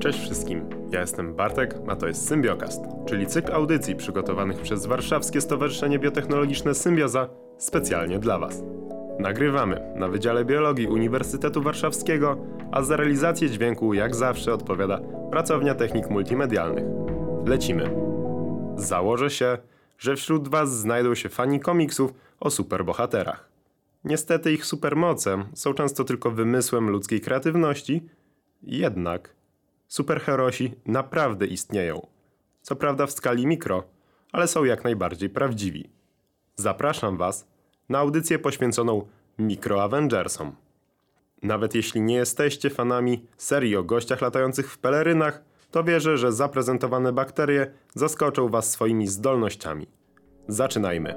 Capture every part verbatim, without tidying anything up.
Cześć wszystkim, ja jestem Bartek, a to jest Symbiokast, czyli cykl audycji przygotowanych przez Warszawskie Stowarzyszenie Biotechnologiczne Symbioza specjalnie dla Was. Nagrywamy na Wydziale Biologii Uniwersytetu Warszawskiego, a za realizację dźwięku jak zawsze odpowiada Pracownia Technik Multimedialnych. Lecimy. Założę się, że wśród Was znajdą się fani komiksów o superbohaterach. Niestety ich supermoce są często tylko wymysłem ludzkiej kreatywności, jednak superherosi naprawdę istnieją. Co prawda w skali mikro, ale są jak najbardziej prawdziwi. Zapraszam Was na audycję poświęconą Mikro Avengersom. Nawet jeśli nie jesteście fanami serii o gościach latających w pelerynach, to wierzę, że zaprezentowane bakterie zaskoczą Was swoimi zdolnościami. Zaczynajmy.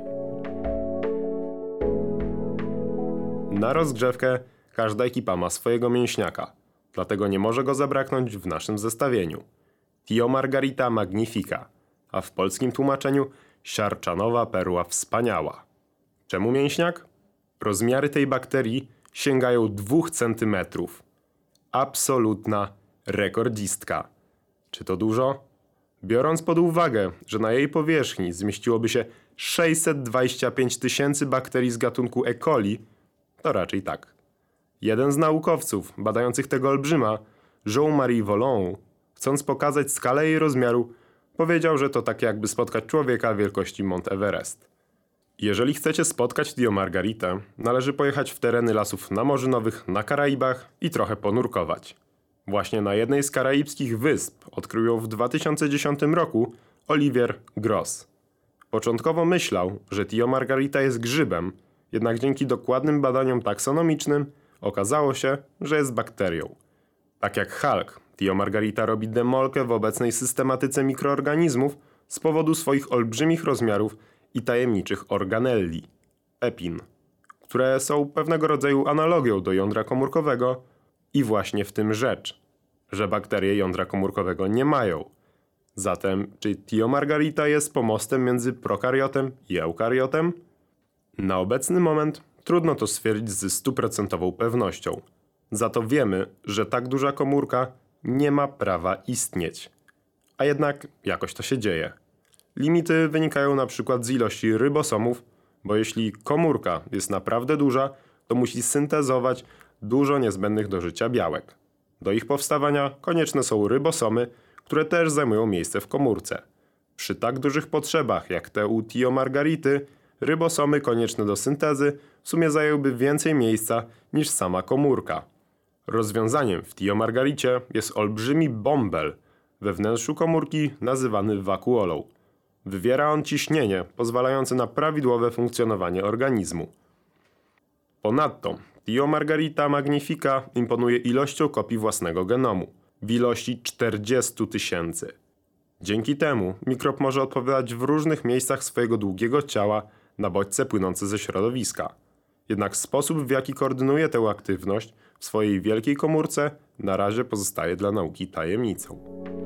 Na rozgrzewkę każda ekipa ma swojego mięśniaka, dlatego nie może go zabraknąć w naszym zestawieniu. Thiomargarita magnifica, a w polskim tłumaczeniu siarczanowa perła wspaniała. Czemu mięśniak? Rozmiary tej bakterii sięgają dwóch centymetrów. Absolutna rekordzistka. Czy to dużo? Biorąc pod uwagę, że na jej powierzchni zmieściłoby się sześćset dwadzieścia pięć tysięcy bakterii z gatunku E. coli, to raczej tak. Jeden z naukowców badających tego olbrzyma, Jean-Marie Vollon, chcąc pokazać skalę jej rozmiaru, powiedział, że to tak jakby spotkać człowieka wielkości Mount Everest. Jeżeli chcecie spotkać Thiomargaritę, należy pojechać w tereny lasów namorzynowych na Karaibach i trochę ponurkować. Właśnie na jednej z karaibskich wysp odkrył ją w dwa tysiące dziesiątym roku Olivier Gross. Początkowo myślał, że Thiomargarita jest grzybem, jednak dzięki dokładnym badaniom taksonomicznym okazało się, że jest bakterią. Tak jak Hulk, Thiomargarita robi demolkę w obecnej systematyce mikroorganizmów z powodu swoich olbrzymich rozmiarów i tajemniczych organelli, pepin, które są pewnego rodzaju analogią do jądra komórkowego i właśnie w tym rzecz, że bakterie jądra komórkowego nie mają. Zatem czy Thiomargarita jest pomostem między prokariotem i eukariotem? Na obecny moment trudno to stwierdzić ze stuprocentową pewnością. Za to wiemy, że tak duża komórka nie ma prawa istnieć. A jednak jakoś to się dzieje. Limity wynikają na przykład z ilości rybosomów, bo jeśli komórka jest naprawdę duża, to musi syntezować dużo niezbędnych do życia białek. Do ich powstawania konieczne są rybosomy, które też zajmują miejsce w komórce. Przy tak dużych potrzebach jak te u Thiomargarity, rybosomy konieczne do syntezy w sumie zajęłyby więcej miejsca niż sama komórka. Rozwiązaniem w Thiomargaricie jest olbrzymi bąbel we wnętrzu komórki nazywany wakuolą. Wywiera on ciśnienie pozwalające na prawidłowe funkcjonowanie organizmu. Ponadto Thiomargarita magnifica imponuje ilością kopii własnego genomu w ilości czterdzieści tysięcy. Dzięki temu mikrob może odpowiadać w różnych miejscach swojego długiego ciała na bodźce płynące ze środowiska. Jednak sposób, w jaki koordynuje tę aktywność w swojej wielkiej komórce, na razie pozostaje dla nauki tajemnicą.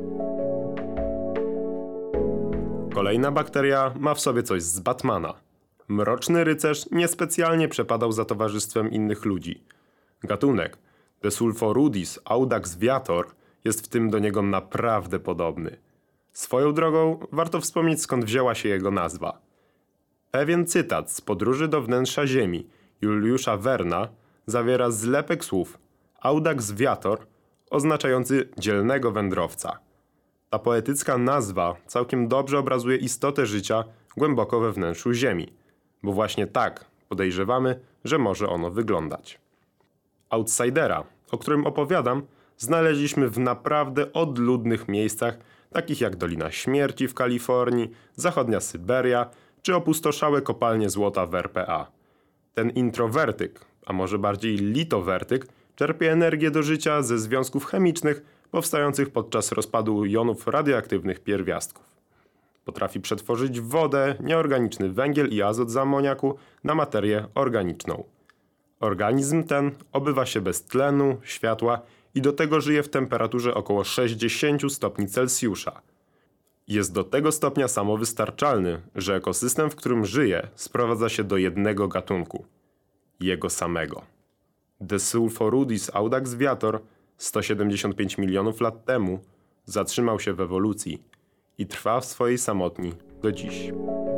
Kolejna bakteria ma w sobie coś z Batmana. Mroczny rycerz niespecjalnie przepadał za towarzystwem innych ludzi. Gatunek Desulforudis audax viator jest w tym do niego naprawdę podobny. Swoją drogą warto wspomnieć, skąd wzięła się jego nazwa. Pewien cytat z Podróży do wnętrza Ziemi Juliusza Verna zawiera zlepek słów audax viator oznaczający dzielnego wędrowca. Ta poetycka nazwa całkiem dobrze obrazuje istotę życia głęboko we wnętrzu Ziemi, bo właśnie tak podejrzewamy, że może ono wyglądać. Outsidera, o którym opowiadam, znaleźliśmy w naprawdę odludnych miejscach, takich jak Dolina Śmierci w Kalifornii, zachodnia Syberia czy opustoszałe kopalnie złota w R P A. Ten introwertyk, a może bardziej litowertyk, czerpie energię do życia ze związków chemicznych powstających podczas rozpadu jonów radioaktywnych pierwiastków. Potrafi przetworzyć wodę, nieorganiczny węgiel i azot z amoniaku na materię organiczną. Organizm ten obywa się bez tlenu, światła i do tego żyje w temperaturze około sześćdziesiąt stopni Celsjusza. Jest do tego stopnia samowystarczalny, że ekosystem, w którym żyje, sprowadza się do jednego gatunku – jego samego. Desulforudis audax viator sto siedemdziesiąt pięć milionów lat temu, zatrzymał się w ewolucji i trwa w swojej samotni do dziś.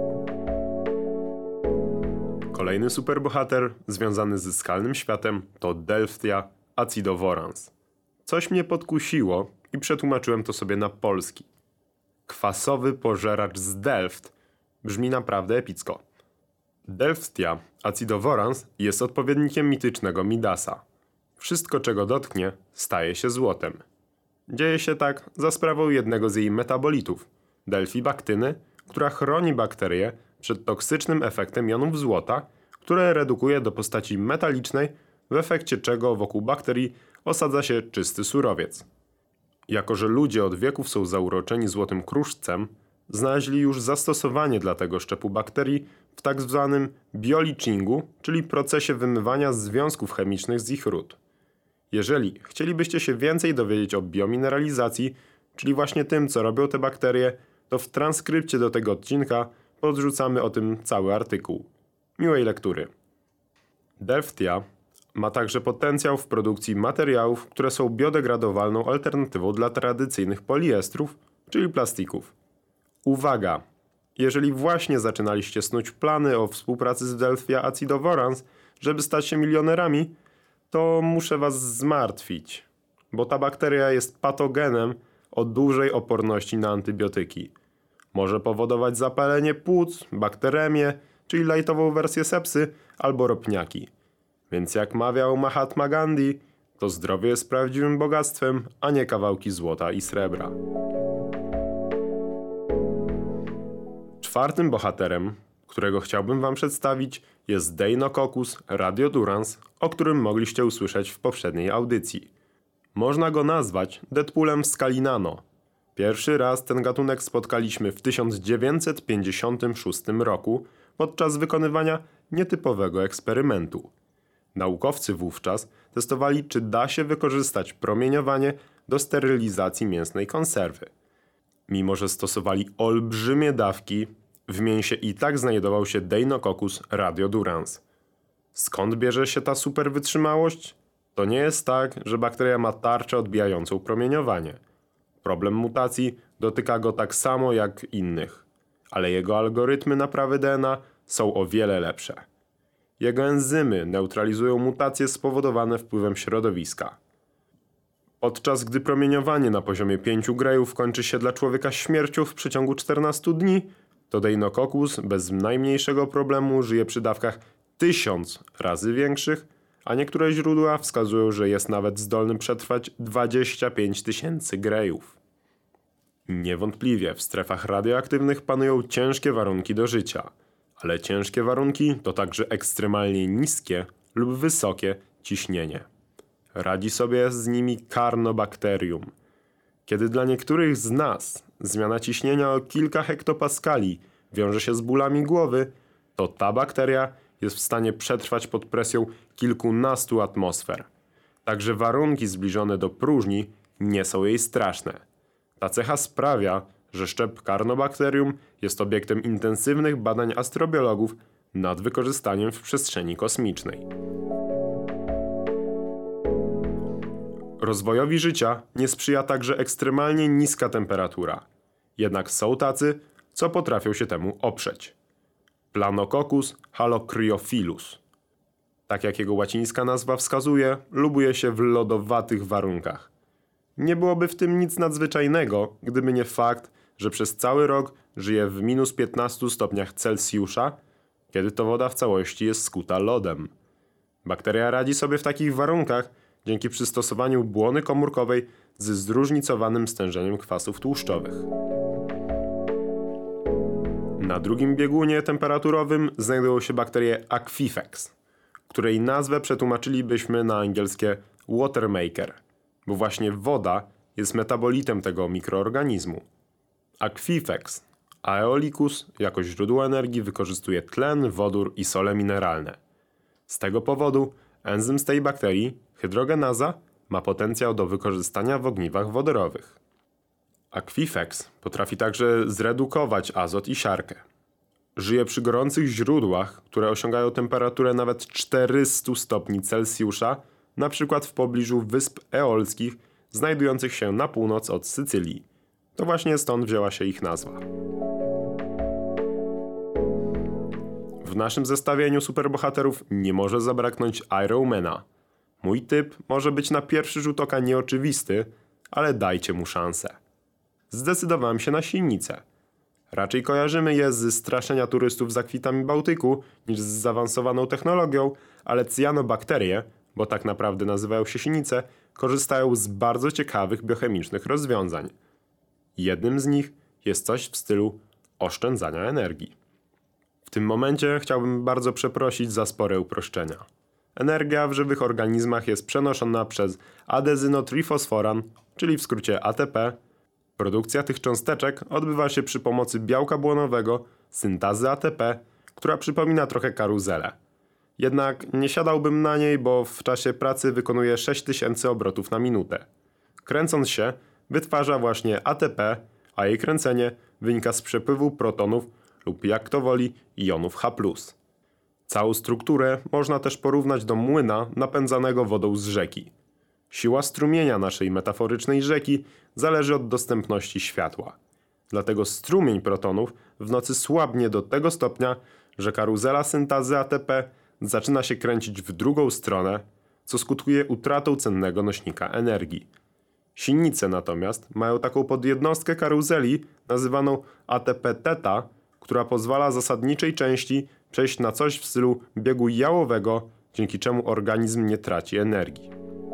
Kolejny superbohater związany ze skalnym światem to Delphtia acidovorans. Coś mnie podkusiło i przetłumaczyłem to sobie na polski. Kwasowy pożeracz z Delft brzmi naprawdę epicko. Delphtia acidovorans jest odpowiednikiem mitycznego Midasa. Wszystko, czego dotknie, staje się złotem. Dzieje się tak za sprawą jednego z jej metabolitów, delfibaktyny, która chroni bakterie przed toksycznym efektem jonów złota, które redukuje do postaci metalicznej, w efekcie czego wokół bakterii osadza się czysty surowiec. Jako że ludzie od wieków są zauroczeni złotym kruszcem, znaleźli już zastosowanie dla tego szczepu bakterii w tak zwanym biolichingu, czyli procesie wymywania związków chemicznych z ich ród. Jeżeli chcielibyście się więcej dowiedzieć o biomineralizacji, czyli właśnie tym, co robią te bakterie, to w transkrypcie do tego odcinka podrzucamy o tym cały artykuł. Miłej lektury. Delphtia ma także potencjał w produkcji materiałów, które są biodegradowalną alternatywą dla tradycyjnych poliestrów, czyli plastików. Uwaga! Jeżeli właśnie zaczynaliście snuć plany o współpracy z Delphtia acidovorans, żeby stać się milionerami, to muszę was zmartwić, bo ta bakteria jest patogenem o dużej oporności na antybiotyki. Może powodować zapalenie płuc, bakteremię, czyli lajtową wersję sepsy albo ropniaki. Więc jak mawiał Mahatma Gandhi, to zdrowie jest prawdziwym bogactwem, a nie kawałki złota i srebra. Czwartym bohaterem, którego chciałbym wam przedstawić, jest Deinococcus radiodurans, o którym mogliście usłyszeć w poprzedniej audycji. Można go nazwać Deadpoolem w skali nano. Pierwszy raz ten gatunek spotkaliśmy w tysiąc dziewięćset pięćdziesiątym szóstym roku podczas wykonywania nietypowego eksperymentu. Naukowcy wówczas testowali, czy da się wykorzystać promieniowanie do sterylizacji mięsnej konserwy. Mimo że stosowali olbrzymie dawki, w mięsie i tak znajdował się Deinococcus radiodurans. Skąd bierze się ta super wytrzymałość? To nie jest tak, że bakteria ma tarczę odbijającą promieniowanie. Problem mutacji dotyka go tak samo jak innych, ale jego algorytmy naprawy D N A są o wiele lepsze. Jego enzymy neutralizują mutacje spowodowane wpływem środowiska. Podczas gdy promieniowanie na poziomie pięciu grejów kończy się dla człowieka śmiercią w przeciągu czternastu dni, to Deinococcus bez najmniejszego problemu żyje przy dawkach tysiąc razy większych, a niektóre źródła wskazują, że jest nawet zdolny przetrwać dwadzieścia pięć tysięcy grejów. Niewątpliwie w strefach radioaktywnych panują ciężkie warunki do życia, ale ciężkie warunki to także ekstremalnie niskie lub wysokie ciśnienie. Radzi sobie z nimi Carnobacterium. Kiedy dla niektórych z nas zmiana ciśnienia o kilka hektopaskali wiąże się z bólami głowy, to ta bakteria jest w stanie przetrwać pod presją kilkunastu atmosfer. Także warunki zbliżone do próżni nie są jej straszne. Ta cecha sprawia, że szczep Carnobacterium jest obiektem intensywnych badań astrobiologów nad wykorzystaniem w przestrzeni kosmicznej. Rozwojowi życia nie sprzyja także ekstremalnie niska temperatura. Jednak są tacy, co potrafią się temu oprzeć. Planococcus halocryophilus. Tak jak jego łacińska nazwa wskazuje, lubuje się w lodowatych warunkach. Nie byłoby w tym nic nadzwyczajnego, gdyby nie fakt, że przez cały rok żyje w minus piętnastu stopniach Celsjusza, kiedy to woda w całości jest skuta lodem. Bakteria radzi sobie w takich warunkach dzięki przystosowaniu błony komórkowej ze zróżnicowanym stężeniem kwasów tłuszczowych. Na drugim biegunie temperaturowym znajdują się bakterie Aquifex, której nazwę przetłumaczylibyśmy na angielskie watermaker, bo właśnie woda jest metabolitem tego mikroorganizmu. Aquifex aeolicus jako źródło energii wykorzystuje tlen, wodór i sole mineralne. Z tego powodu enzym z tej bakterii, hydrogenaza, ma potencjał do wykorzystania w ogniwach wodorowych. Aquifex potrafi także zredukować azot i siarkę. Żyje przy gorących źródłach, które osiągają temperaturę nawet czterysta stopni Celsjusza, na przykład w pobliżu Wysp Eolskich, znajdujących się na północ od Sycylii. To właśnie stąd wzięła się ich nazwa. W naszym zestawieniu superbohaterów nie może zabraknąć Ironmana. Mój typ może być na pierwszy rzut oka nieoczywisty, ale dajcie mu szansę. Zdecydowałem się na silnice. Raczej kojarzymy je z straszenia turystów zakwitami Bałtyku niż z zaawansowaną technologią, ale cyanobakterie, bo tak naprawdę nazywają się silnice, korzystają z bardzo ciekawych biochemicznych rozwiązań. Jednym z nich jest coś w stylu oszczędzania energii. W tym momencie chciałbym bardzo przeprosić za spore uproszczenia. Energia w żywych organizmach jest przenoszona przez adezynotrifosforan, czyli w skrócie A T P. Produkcja tych cząsteczek odbywa się przy pomocy białka błonowego, syntazy A T P, która przypomina trochę karuzelę. Jednak nie siadałbym na niej, bo w czasie pracy wykonuje sześć tysięcy obrotów na minutę. Kręcąc się, wytwarza właśnie A T P, a jej kręcenie wynika z przepływu protonów lub, jak kto woli, jonów H plus. Całą strukturę można też porównać do młyna napędzanego wodą z rzeki. Siła strumienia naszej metaforycznej rzeki zależy od dostępności światła. Dlatego strumień protonów w nocy słabnie do tego stopnia, że karuzela syntazy A T P zaczyna się kręcić w drugą stronę, co skutkuje utratą cennego nośnika energii. Silnice natomiast mają taką podjednostkę karuzeli nazywaną A T P theta, która pozwala zasadniczej części przejść na coś w stylu biegu jałowego, dzięki czemu organizm nie traci energii.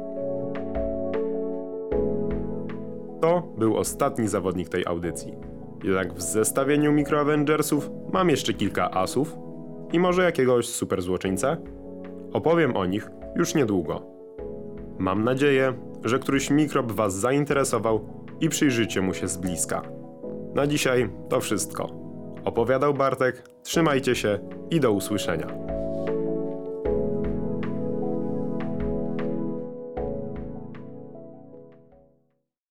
To był ostatni zawodnik tej audycji. Jednak w zestawieniu Micro Avengersów mam jeszcze kilka asów i może jakiegoś super złoczyńcę? Opowiem o nich już niedługo. Mam nadzieję, że któryś mikrob was zainteresował i przyjrzycie mu się z bliska. Na dzisiaj to wszystko. Opowiadał Bartek, trzymajcie się i do usłyszenia.